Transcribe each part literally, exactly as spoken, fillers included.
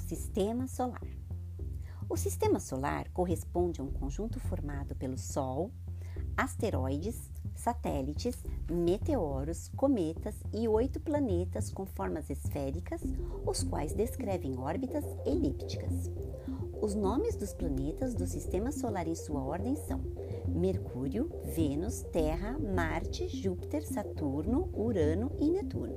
Sistema Solar. O Sistema Solar corresponde a um conjunto formado pelo Sol, asteroides, satélites, meteoros, cometas e oito planetas com formas esféricas, os quais descrevem órbitas elípticas. Os nomes dos planetas do Sistema Solar em sua ordem são Mercúrio, Vênus, Terra, Marte, Júpiter, Saturno, Urano e Netuno.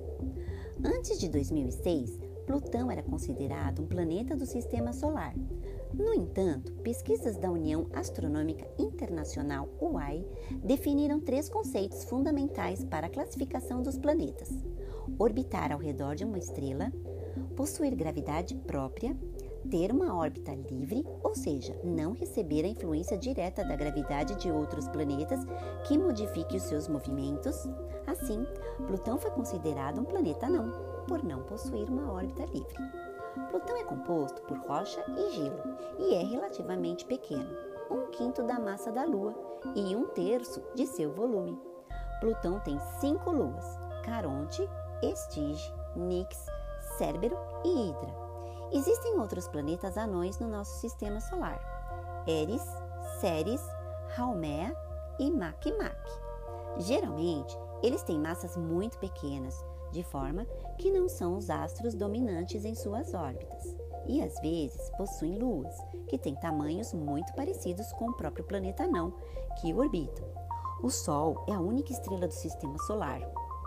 Antes de dois mil e seis, Plutão era considerado um planeta do Sistema Solar. No entanto, pesquisas da União Astronômica Internacional, U A I, definiram três conceitos fundamentais para a classificação dos planetas: orbitar ao redor de uma estrela, possuir gravidade própria, ter uma órbita livre, ou seja, não receber a influência direta da gravidade de outros planetas que modifique os seus movimentos. Assim, Plutão foi considerado um planeta não, por não possuir uma órbita livre. Plutão é composto por rocha e gelo e é relativamente pequeno, um quinto da massa da Lua e um terço de seu volume. Plutão tem cinco luas: Caronte, Estige, Nix, Cérbero e Hidra. Existem outros planetas anões no nosso sistema solar: Eris, Ceres, Haumea e Makemake. Geralmente, eles têm massas muito pequenas, de forma que não são os astros dominantes em suas órbitas, e às vezes possuem luas, que têm tamanhos muito parecidos com o próprio planeta anão que o orbitam. O Sol é a única estrela do sistema solar.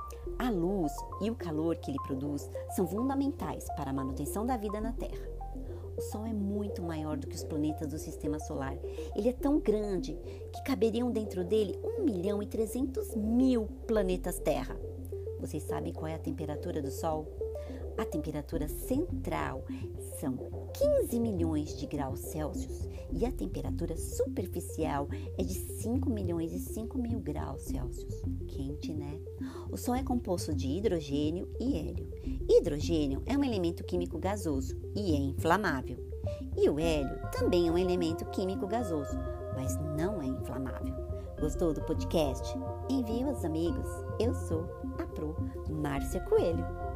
A luz e o calor que ele produz são fundamentais para a manutenção da vida na Terra. O Sol é muito maior do que os planetas do Sistema Solar. Ele é tão grande que caberiam dentro dele um milhão e trezentos mil planetas Terra. Vocês sabem qual é a temperatura do Sol? A temperatura central são quinze milhões de graus Celsius e a temperatura superficial é de cinco milhões e cinco mil graus Celsius. Quente, né? O Sol é composto de hidrogênio e hélio. Hidrogênio é um elemento químico gasoso e é inflamável. E o hélio também é um elemento químico gasoso, mas não é inflamável. Gostou do podcast? Envie aos amigos. Eu sou a Pro Márcia Coelho.